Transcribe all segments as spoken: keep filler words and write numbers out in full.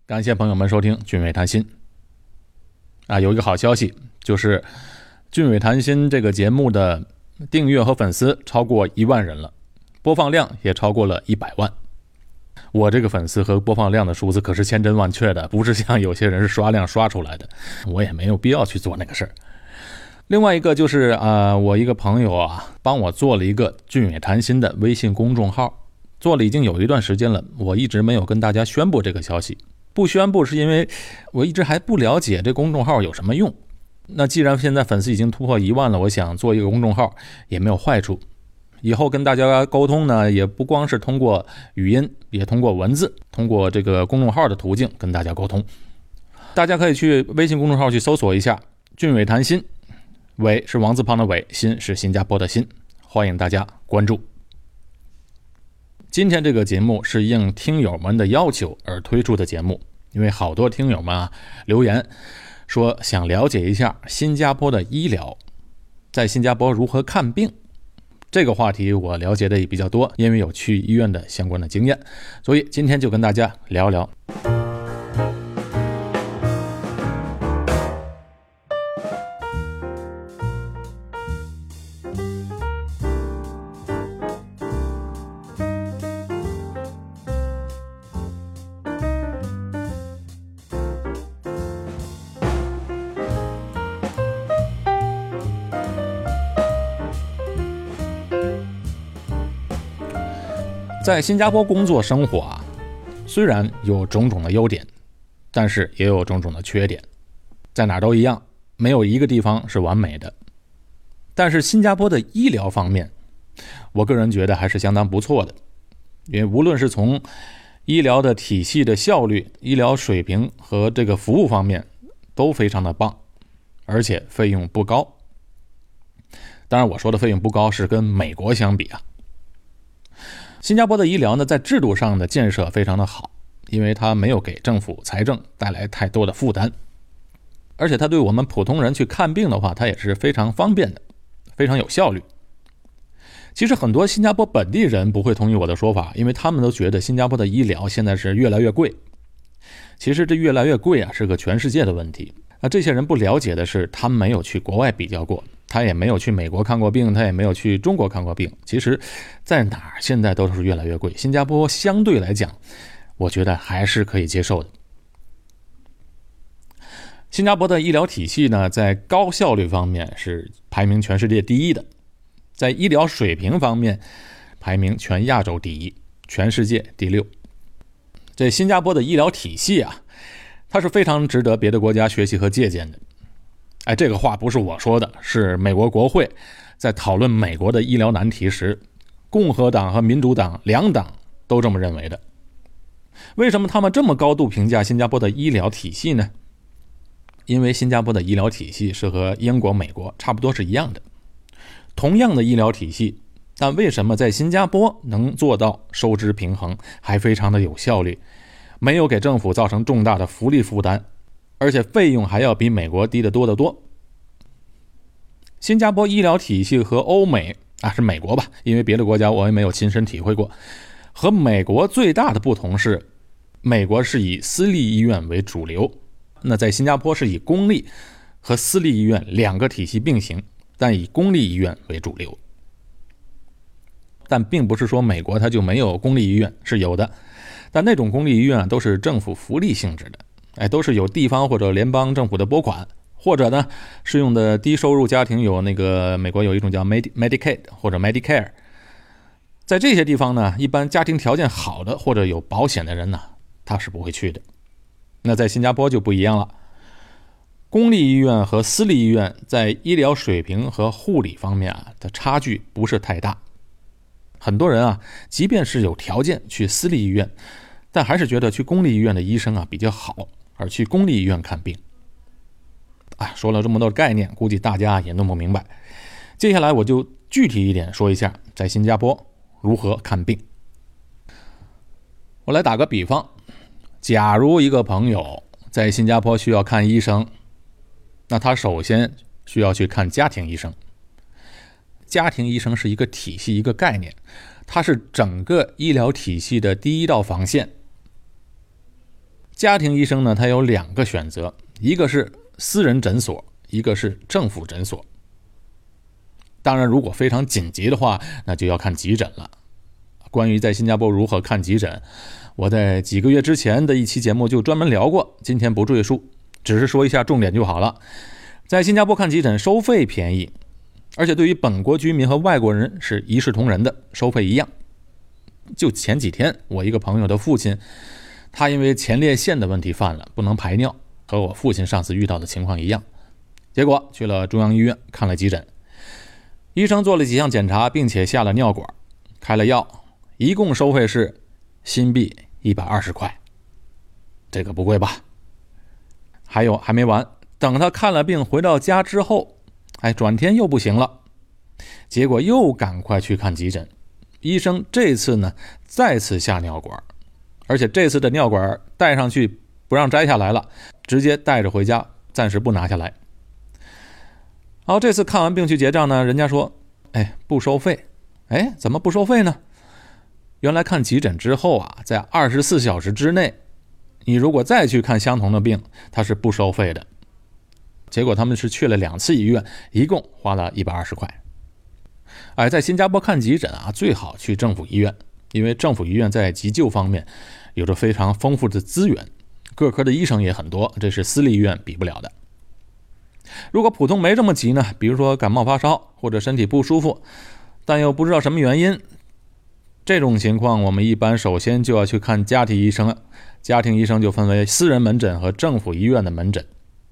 感谢朋友们收听俊伟谈心啊，有一个好消息，就是俊伟谈心这个节目的订阅和粉丝超过一万人了，播放量也超过了一百万。我这个粉丝和播放量的数字可是千真万确的，不是像有些人是刷量刷出来的，我也没有必要去做那个事儿。另外一个就是呃，我一个朋友啊，帮我做了一个俊伟谈心的微信公众号，做了已经有一段时间了，我一直没有跟大家宣布这个消息。不宣布是因为我一直还不了解这公众号有什么用。那既然现在粉丝已经突破一万了，我想做一个公众号也没有坏处。以后跟大家沟通呢，也不光是通过语音，也通过文字，通过这个公众号的途径跟大家沟通。大家可以去微信公众号去搜索一下俊伟谈心，伟是王字旁的伟，新是新加坡的新，欢迎大家关注。今天这个节目是应听友们的要求而推出的节目，因为好多听友们啊留言说想了解一下新加坡的医疗，在新加坡如何看病。这个话题我了解的也比较多，因为有去医院的相关的经验，所以今天就跟大家聊聊。在新加坡工作生活啊，虽然有种种的优点，但是也有种种的缺点，在哪都一样，没有一个地方是完美的。但是新加坡的医疗方面，我个人觉得还是相当不错的，因为无论是从医疗的体系的效率、医疗水平和这个服务方面都非常的棒，而且费用不高。当然我说的费用不高是跟美国相比啊。新加坡的医疗呢，在制度上的建设非常的好，因为它没有给政府财政带来太多的负担，而且它对我们普通人去看病的话，它也是非常方便的，非常有效率。其实很多新加坡本地人不会同意我的说法，因为他们都觉得新加坡的医疗现在是越来越贵。其实这越来越贵啊，是个全世界的问题。那这些人不了解的是，他们没有去国外比较过，他也没有去美国看过病，他也没有去中国看过病。其实在哪儿现在都是越来越贵，新加坡相对来讲我觉得还是可以接受的。新加坡的医疗体系呢，在高效率方面是排名全世界第一的，在医疗水平方面排名全亚洲第一，全世界第六。这新加坡的医疗体系啊，它是非常值得别的国家学习和借鉴的。哎，这个话不是我说的，是美国国会在讨论美国的医疗难题时，共和党和民主党两党都这么认为的。为什么他们这么高度评价新加坡的医疗体系呢？因为新加坡的医疗体系是和英国、美国差不多是一样的，同样的医疗体系，但为什么在新加坡能做到收支平衡，还非常的有效率，没有给政府造成重大的福利负担，而且费用还要比美国低得多得多。新加坡医疗体系和欧美啊，是美国吧，因为别的国家我也没有亲身体会过，和美国最大的不同是，美国是以私立医院为主流，那在新加坡是以公立和私立医院两个体系并行，但以公立医院为主流。但并不是说美国它就没有公立医院，是有的，但那种公立医院啊，都是政府福利性质的，哎，都是有地方或者联邦政府的拨款，或者呢适用的低收入家庭有那个美国有一种叫 Medicaid 或者 Medicare。 在这些地方呢，一般家庭条件好的或者有保险的人呢，他是不会去的。那在新加坡就不一样了，公立医院和私立医院在医疗水平和护理方面啊的差距不是太大。很多人啊，即便是有条件去私立医院，但还是觉得去公立医院的医生啊比较好，而去公立医院看病。啊，说了这么多概念，估计大家也弄不明白。接下来我就具体一点说一下，在新加坡如何看病。我来打个比方，假如一个朋友在新加坡需要看医生，那他首先需要去看家庭医生。家庭医生是一个体系，一个概念，它是整个医疗体系的第一道防线。 家庭医生呢，他有两个选择，一个是私人诊所，一个是政府诊所。当然如果非常紧急的话，那就要看急诊了。关于在新加坡如何看急诊，我在几个月之前的一期节目就专门聊过，今天不赘述，只是说一下重点就好了。在新加坡看急诊收费便宜，而且对于本国居民和外国人是一视同仁的，收费一样。就前几天我一个朋友的父亲，他因为前列腺的问题犯了，不能排尿，和我父亲上次遇到的情况一样。结果去了中央医院看了急诊，医生做了几项检查，并且下了尿管，开了药，一共收费是新币一百二十块。这个不贵吧？还有还没完，等他看了病回到家之后，哎，转天又不行了，结果又赶快去看急诊。医生这次呢再次下尿管，而且这次的尿管戴上去不让摘下来了，直接带着回家，暂时不拿下来。好，这次看完病去结账呢，人家说哎，不收费。哎，怎么不收费呢？原来看急诊之后啊，在二十四小时之内，你如果再去看相同的病，它是不收费的。结果他们是去了两次医院，一共花了一百二十块。哎，在新加坡看急诊啊，最好去政府医院，因为政府医院在急救方面有着非常丰富的资源，各科的医生也很多，这是私立医院比不了的。如果普通没这么急呢，比如说感冒发烧或者身体不舒服，但又不知道什么原因，这种情况我们一般首先就要去看家庭医生了。家庭医生就分为私人门诊和政府医院的门诊。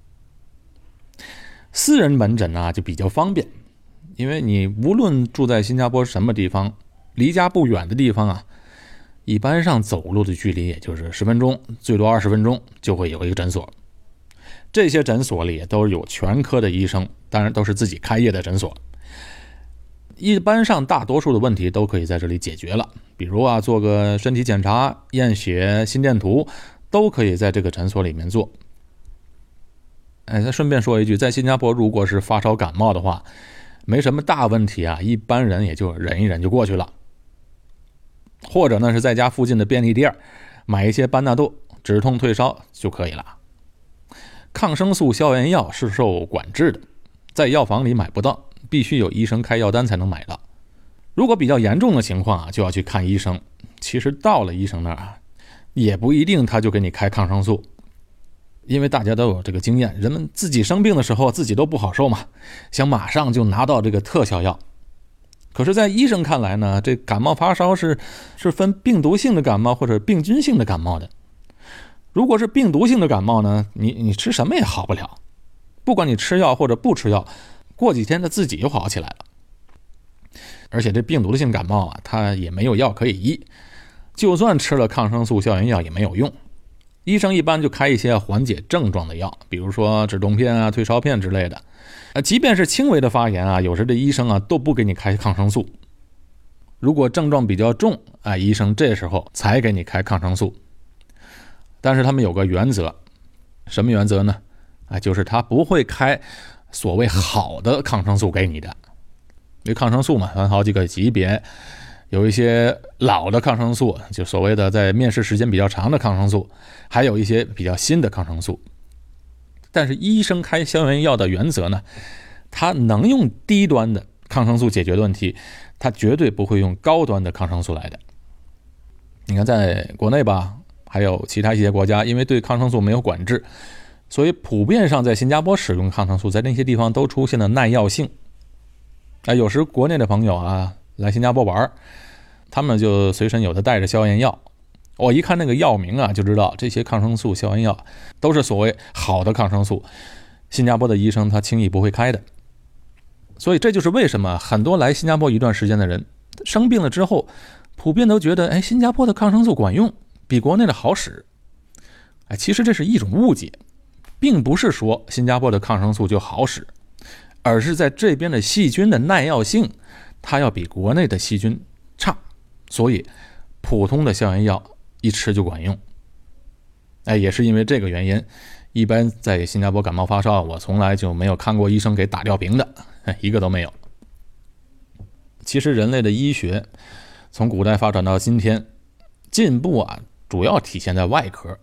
私人门诊呢就比较方便，因为你无论住在新加坡什么地方，离家不远的地方啊，一般上走路的距离也就是十分钟，最多二十分钟就会有一个诊所。这些诊所里都有全科的医生，当然都是自己开业的诊所。一般上大多数的问题都可以在这里解决了，比如啊做个身体检查、验血、心电图都可以在这个诊所里面做。哎，再顺便说一句，在新加坡如果是发烧感冒的话，没什么大问题啊，一般人也就忍一忍就过去了。或者呢是在家附近的便利店买一些班纳度止痛退烧就可以了。抗生素消炎药是受管制的，在药房里买不到，必须有医生开药单才能买到。如果比较严重的情况啊，就要去看医生。其实到了医生那儿啊，也不一定他就给你开抗生素，因为大家都有这个经验，人们自己生病的时候自己都不好受嘛，想马上就拿到这个特效药。可是在医生看来呢，这感冒发烧是是分病毒性的感冒或者病菌性的感冒的。如果是病毒性的感冒呢，你你吃什么也好不了，不管你吃药或者不吃药，过几天它自己就好起来了。而且这病毒性感冒啊，它也没有药可以医，就算吃了抗生素消炎药也没有用。医生一般就开一些缓解症状的药，比如说止痛片啊、退烧片之类的。呃，即便是轻微的发炎啊，有时这医生啊都不给你开抗生素。如果症状比较重啊，医生这时候才给你开抗生素。但是他们有个原则，什么原则呢？啊，就是他不会开所谓好的抗生素给你的。因为抗生素嘛，分好几个级别，有一些老的抗生素，就所谓的在面世时间比较长的抗生素，还有一些比较新的抗生素。但是医生开消炎药的原则呢，他能用低端的抗生素解决的问题，他绝对不会用高端的抗生素来的。你看在国内吧，还有其他一些国家，因为对抗生素没有管制，所以普遍上在新加坡使用抗生素，在那些地方都出现了耐药性。啊，有时国内的朋友啊来新加坡玩，他们就随身有的带着消炎药。我一看那个药名啊，就知道这些抗生素、消炎药都是所谓好的抗生素，新加坡的医生他轻易不会开的。所以这就是为什么很多来新加坡一段时间的人生病了之后，普遍都觉得，哎，新加坡的抗生素管用，比国内的好使。哎，其实这是一种误解，并不是说新加坡的抗生素就好使，而是在这边的细菌的耐药性，它要比国内的细菌差，所以普通的消炎药一吃就管用。哎，也是因为这个原因，一般在新加坡感冒发烧，我从来就没有看过医生给打吊瓶的，一个都没有。其实人类的医学从古代发展到今天，进步啊主要体现在外科。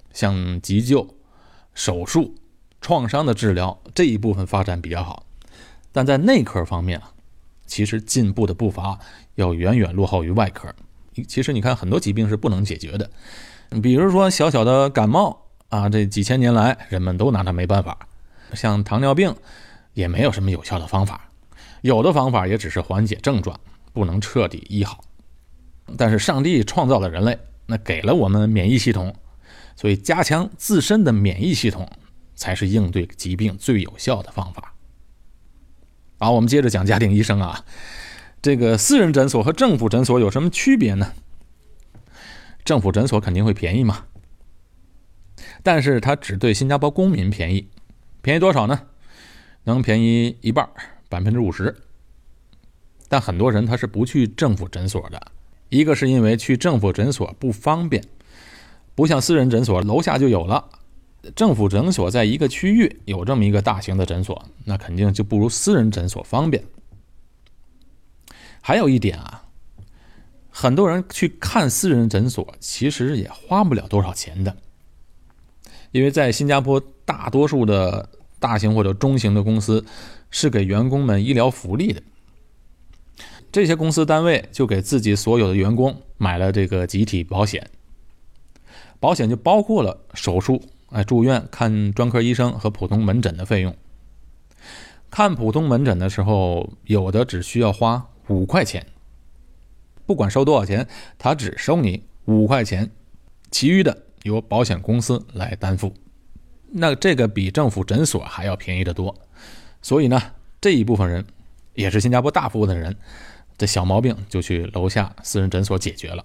像急救、手术、创伤的治疗这一部分发展比较好，但在内科方面啊，其实进步的步伐要远远落后于外科。其实你看很多疾病是不能解决的，比如说小小的感冒啊，这几千年来人们都拿它没办法。像糖尿病也没有什么有效的方法，有的方法也只是缓解症状，不能彻底医好。但是上帝创造了人类，那给了我们免疫系统，所以加强自身的免疫系统才是应对疾病最有效的方法。好，我们接着讲家庭医生啊，这个私人诊所和政府诊所有什么区别呢？政府诊所肯定会便宜嘛，但是它只对新加坡公民便宜，便宜多少呢？能便宜一半，百分之五十。但很多人他是不去政府诊所的，一个是因为去政府诊所不方便，不像私人诊所楼下就有了。政府诊所在一个区域有这么一个大型的诊所，那肯定就不如私人诊所方便。还有一点啊，很多人去看私人诊所其实也花不了多少钱的，因为在新加坡大多数的大型或者中型的公司是给员工们医疗福利的，这些公司单位就给自己所有的员工买了这个集体保险，保险就包括了手术、哎、住院看专科医生和普通门诊的费用。看普通门诊的时候，有的只需要花五块钱，不管收多少钱，他只收你五块钱，其余的由保险公司来担负。那这个比政府诊所还要便宜得多，所以呢，这一部分人也是新加坡大部分的人，这小毛病就去楼下私人诊所解决了。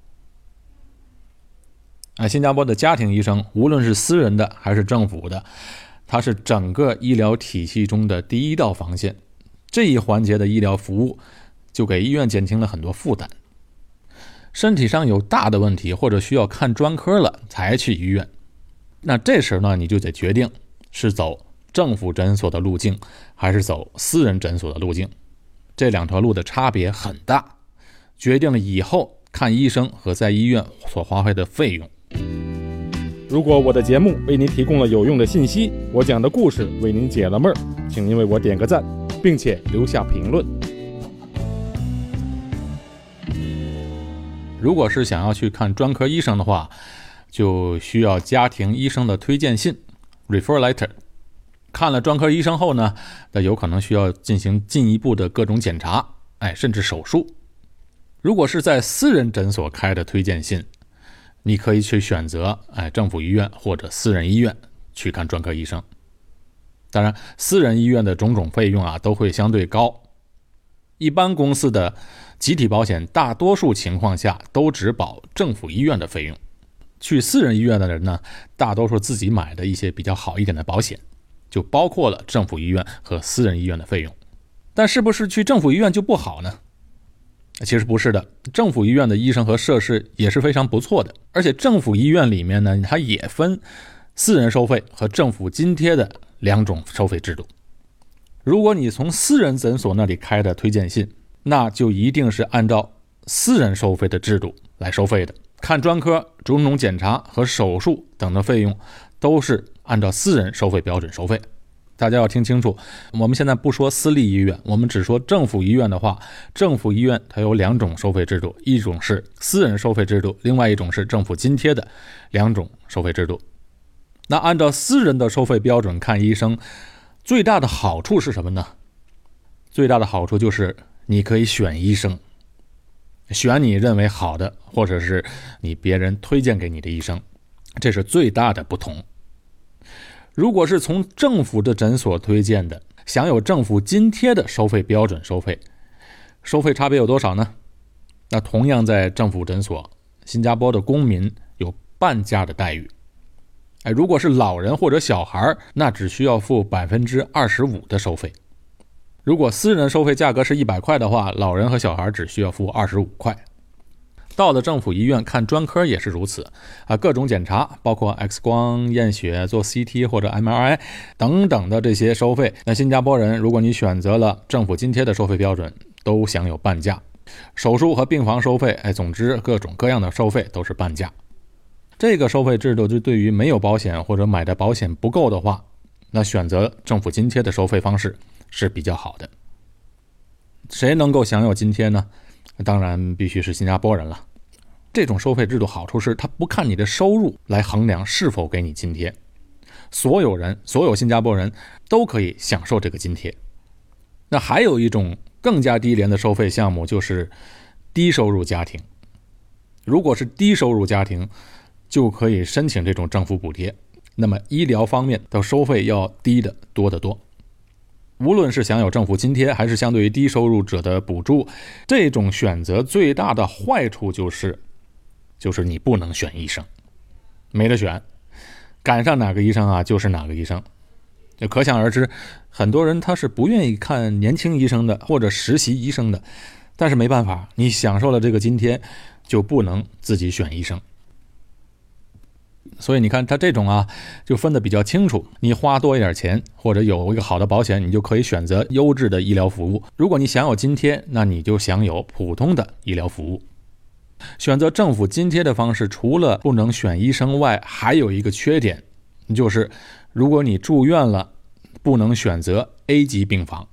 啊，新加坡的家庭医生，无论是私人的还是政府的，它是整个医疗体系中的第一道防线。这一环节的医疗服务就给医院减轻了很多负担。身体上有大的问题或者需要看专科了才去医院，那这时呢，你就得决定是走政府诊所的路径还是走私人诊所的路径。这两条路的差别很大，决定了以后看医生和在医院所花费的费用。 如果我的节目为您提供了有用的信息，我讲的故事为您解了闷儿，请您为我点个赞，并且留下评论。 如果是想要去看专科医生的话，就需要家庭医生的推荐信 refer letter。 看了专科医生后呢，那有可能需要进行进一步的各种检查，哎，甚至手术。如果是在私人诊所开的推荐信，你可以去选择哎政府医院或者私人医院去看专科医生。当然，私人医院的种种费用啊都会相对高。一般公司的集体保险大多数情况下都只保政府医院的费用，去私人医院的人呢，大多数自己买的一些比较好一点的保险，就包括了政府医院和私人医院的费用。但是不是去政府医院就不好呢？其实不是的，政府医院的医生和设施也是非常不错的，而且政府医院里面呢，它也分私人收费和政府津贴的两种收费制度。如果你从私人诊所那里开的推荐信，那就一定是按照私人收费的制度来收费的。看专科、种种检查和手术等的费用都是按照私人收费标准收费。大家要听清楚，我们现在不说私立医院，我们只说政府医院的话，政府医院它有两种收费制度，一种是私人收费制度，另外一种是政府津贴的两种收费制度。那按照私人的收费标准看医生，最大的好处是什么呢？最大的好处就是你可以选医生，选你认为好的，或者是你别人推荐给你的医生，这是最大的不同。如果是从政府的诊所推荐的，享有政府津贴的收费标准收费，收费差别有多少呢？那同样在政府诊所，新加坡的公民有半价的待遇。哎，如果是老人或者小孩，那只需要付 百分之二十五 的收费。如果私人收费价格是一百块的话，老人和小孩只需要付二十五块。到了政府医院看专科也是如此啊，各种检查包括 X 光、验血、做 C T 或者 M R I 等等的这些收费，那新加坡人如果你选择了政府津贴的收费标准，都享有半价。手术和病房收费，哎，总之各种各样的收费都是半价。 这个收费制度就对于没有保险或者买的保险不够的话，那选择政府津贴的收费方式是比较好的。谁能够享有津贴呢？当然必须是新加坡人了。这种收费制度好处是它不看你的收入来衡量是否给你津贴，所有人所有新加坡人都可以享受这个津贴。那还有一种更加低廉的收费项目，就是低收入家庭。如果是低收入家庭，就可以申请这种政府补贴，那么医疗方面的收费要低得多得多。无论是享有政府津贴还是相对于低收入者的补助，这种选择最大的坏处就是就是你不能选医生，没得选，赶上哪个医生啊就是哪个医生。就可想而知，很多人他是不愿意看年轻医生的或者实习医生的，但是没办法，你享受了这个津贴就不能自己选医生。所以你看他这种啊就分得比较清楚，你花多一点钱或者有一个好的保险，你就可以选择优质的医疗服务。如果你享有津贴，那你就享有普通的医疗服务。选择政府津贴的方式，除了不能选医生外，还有一个缺点，就是如果你住院了，不能选择 A 级病房。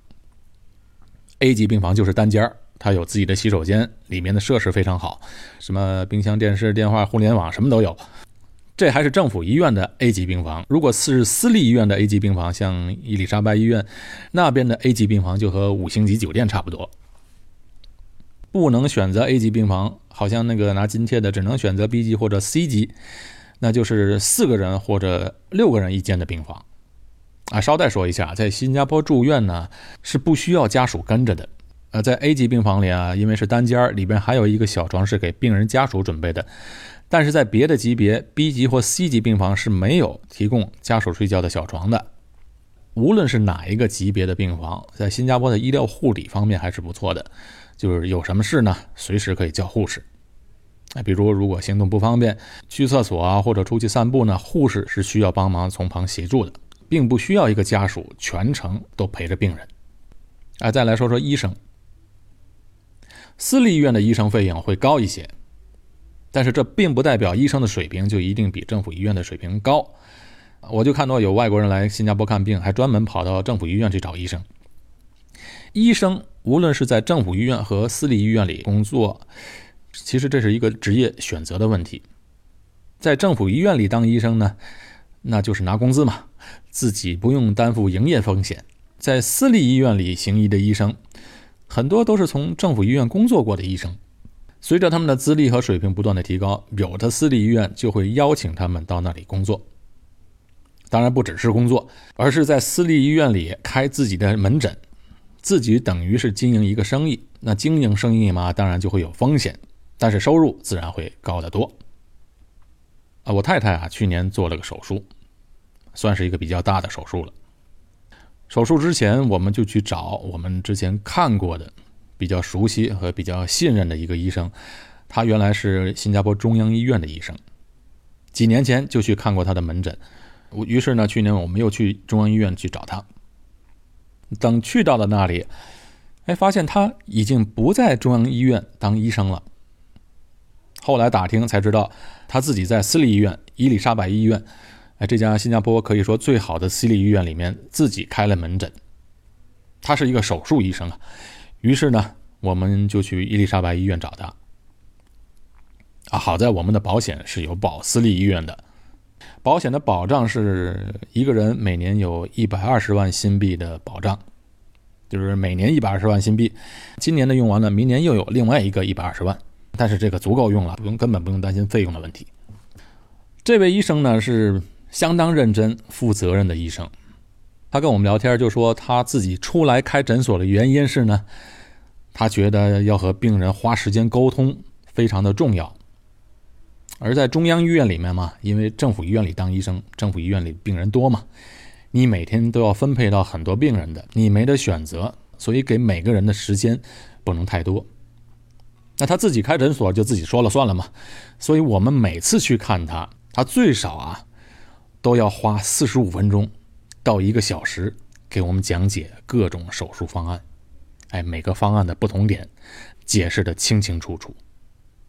A 级病房就是单间，它有自己的洗手间，里面的设施非常好，什么冰箱、电视、电话、互联网什么都有。这还是政府医院的 A 级病房。如果是私立医院的 A 级病房，像伊丽莎白医院那边的 A 级病房就和五星级酒店差不多。不能选择 A 级病房，好像那个拿津贴的只能选择 B 级或者 C 级，那就是四个人或者六个人一间的病房啊。捎带说一下，在新加坡住院呢是不需要家属跟着的。呃，在 A 级病房里啊，因为是单间，里边还有一个小床是给病人家属准备的。但是在别的级别 B 级或 C 级病房是没有提供家属睡觉的小床的。无论是哪一个级别的病房，在新加坡的医疗护理方面还是不错的，就是有什么事呢，随时可以叫护士。比如如果行动不方便，去厕所啊或者出去散步呢，护士是需要帮忙从旁协助的，并不需要一个家属全程都陪着病人。啊，再来说说医生。私立医院的医生费用会高一些，但是这并不代表医生的水平就一定比政府医院的水平高。我就看到有外国人来新加坡看病，还专门跑到政府医院去找医生。医生无论是在政府医院和私立医院里工作，其实这是一个职业选择的问题。在政府医院里当医生呢，那就是拿工资嘛，自己不用担负营业风险。在私立医院里行医的医生，很多都是从政府医院工作过的医生。随着他们的资历和水平不断的提高，有的私立医院就会邀请他们到那里工作。当然不只是工作，而是在私立医院里开自己的门诊，自己等于是经营一个生意。那经营生意嘛，当然就会有风险，但是收入自然会高得多。啊，我太太啊，去年做了个手术，算是一个比较大的手术了。手术之前，我们就去找我们之前看过的、比较熟悉和比较信任的一个医生，他原来是新加坡中央医院的医生，几年前就去看过他的门诊。于是呢，去年我们又去中央医院去找他。等去到了那里，哎，发现他已经不在中央医院当医生了。后来打听才知道，他自己在私立医院伊丽莎白医院，哎，这家新加坡可以说最好的私立医院里面自己开了门诊。他是一个手术医生啊。于是呢，我们就去伊丽莎白医院找他。啊，好在我们的保险是有保私立医院的。保险的保障是一个人每年有一百二十万新币的保障，就是每年一百二十万新币，今年的用完了，明年又有另外一个一百二十万，但是这个足够用了，不用根本不用担心费用的问题。这位医生呢是相当认真负责任的医生，他跟我们聊天就说他自己出来开诊所的原因是呢，他觉得要和病人花时间沟通非常的重要。而在中央医院里面嘛，因为政府医院里当医生，政府医院里病人多嘛，你每天都要分配到很多病人的，你没得选择，所以给每个人的时间不能太多。那他自己开诊所就自己说了算了嘛，所以我们每次去看他，他最少啊都要花四十五分钟到一个小时给我们讲解各种手术方案，哎，每个方案的不同点解释得清清楚楚。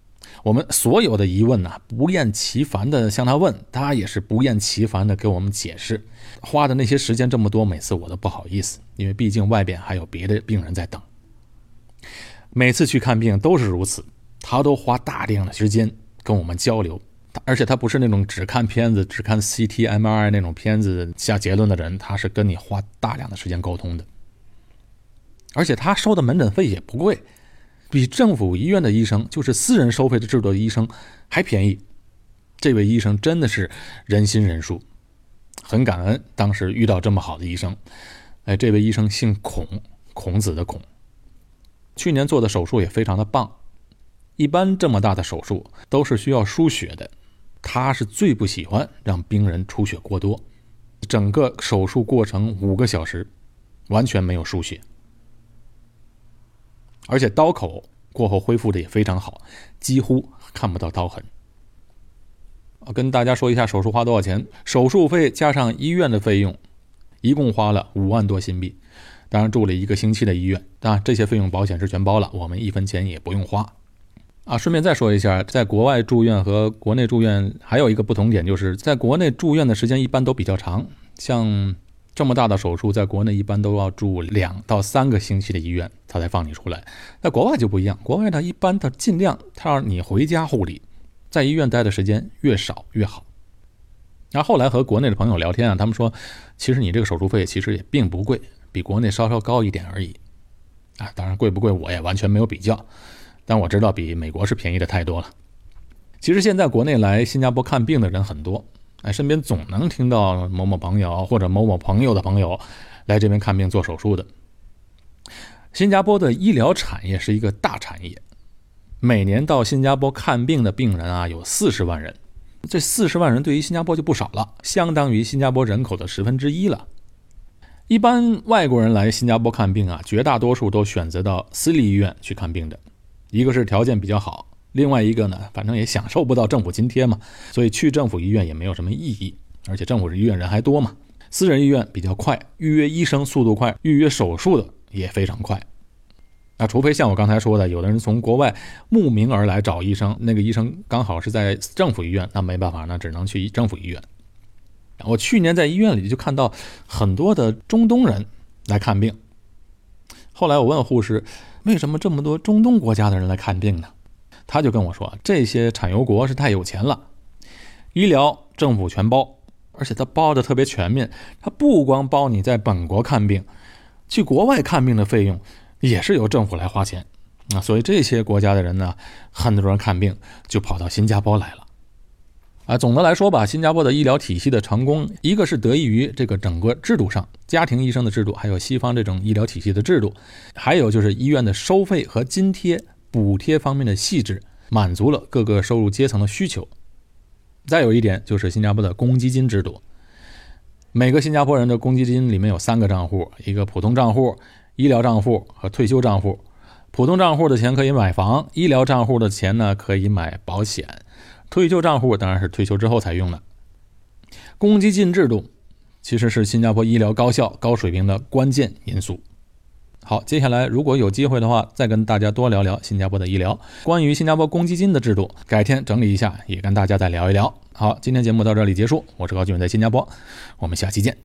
我们所有的疑问呢、啊，不厌其烦的向他问，他也是不厌其烦的给我们解释。花的那些时间这么多，每次我都不好意思，因为毕竟外边还有别的病人在等。每次去看病都是如此，他都花大量的时间跟我们交流，而且他不是那种只看片子、只看 C T M R I 那种片子下结论的人，他是跟你花大量的时间沟通的。而且他收的门诊费也不贵，比政府医院的医生，就是私人收费的制度的医生还便宜。这位医生真的是仁心仁术，很感恩当时遇到这么好的医生。哎，这位医生姓孔，孔子的孔。去年做的手术也非常的棒。一般这么大的手术都是需要输血的，他是最不喜欢让病人出血过多。整个手术过程五个小时，完全没有输血。而且刀口过后恢复的也非常好，几乎看不到刀痕。跟大家说一下手术花多少钱，手术费加上医院的费用，一共花了五万多新币。当然住了一个星期的医院，当然这些费用保险是全包了，我们一分钱也不用花。啊，顺便再说一下，在国外住院和国内住院还有一个不同点，就是在国内住院的时间一般都比较长，像这么大的手术，在国内一般都要住两到三个星期的医院，他才放你出来。在国外就不一样，国外呢一般他尽量他让你回家护理，在医院待的时间越少越好。然后后来和国内的朋友聊天啊，他们说，其实你这个手术费其实也并不贵，比国内稍稍高一点而已。啊，当然贵不贵我也完全没有比较，但我知道比美国是便宜的太多了。其实现在国内来新加坡看病的人很多。哎，身边总能听到某某朋友或者某某朋友的朋友来这边看病做手术的。新加坡的医疗产业是一个大产业，每年到新加坡看病的病人啊有四十万人，这四十万人对于新加坡就不少了，相当于新加坡人口的十分之一了。一般外国人来新加坡看病啊，绝大多数都选择到私立医院去看病的，一个是条件比较好，另外一个呢，反正也享受不到政府津贴嘛，所以去政府医院也没有什么意义，而且政府医院人还多嘛。私人医院比较快，预约医生速度快，预约手术的也非常快。那除非像我刚才说的，有的人从国外慕名而来找医生，那个医生刚好是在政府医院，那没办法，那只能去政府医院。我去年在医院里就看到很多的中东人来看病，后来我问护士，为什么这么多中东国家的人来看病呢？他就跟我说，这些产油国是太有钱了，医疗政府全包，而且他包的特别全面，他不光包你在本国看病，去国外看病的费用也是由政府来花钱啊，所以这些国家的人呢，很多人看病就跑到新加坡来了。啊，总的来说吧，新加坡的医疗体系的成功，一个是得益于这个整个制度上，家庭医生的制度，还有西方这种医疗体系的制度，还有就是医院的收费和津贴补贴方面的细致，满足了各个收入阶层的需求。再有一点就是新加坡的公积金制度，每个新加坡人的公积金里面有三个账户，一个普通账户、医疗账户和退休账户。普通账户的钱可以买房，医疗账户的钱呢可以买保险，退休账户当然是退休之后才用的。公积金制度其实是新加坡医疗高效高水平的关键因素。好，接下来如果有机会的话，再跟大家多聊聊新加坡的医疗。关于新加坡公积金的制度，改天整理一下，也跟大家再聊一聊。好，今天节目到这里结束，我是高俊，在新加坡，我们下期见。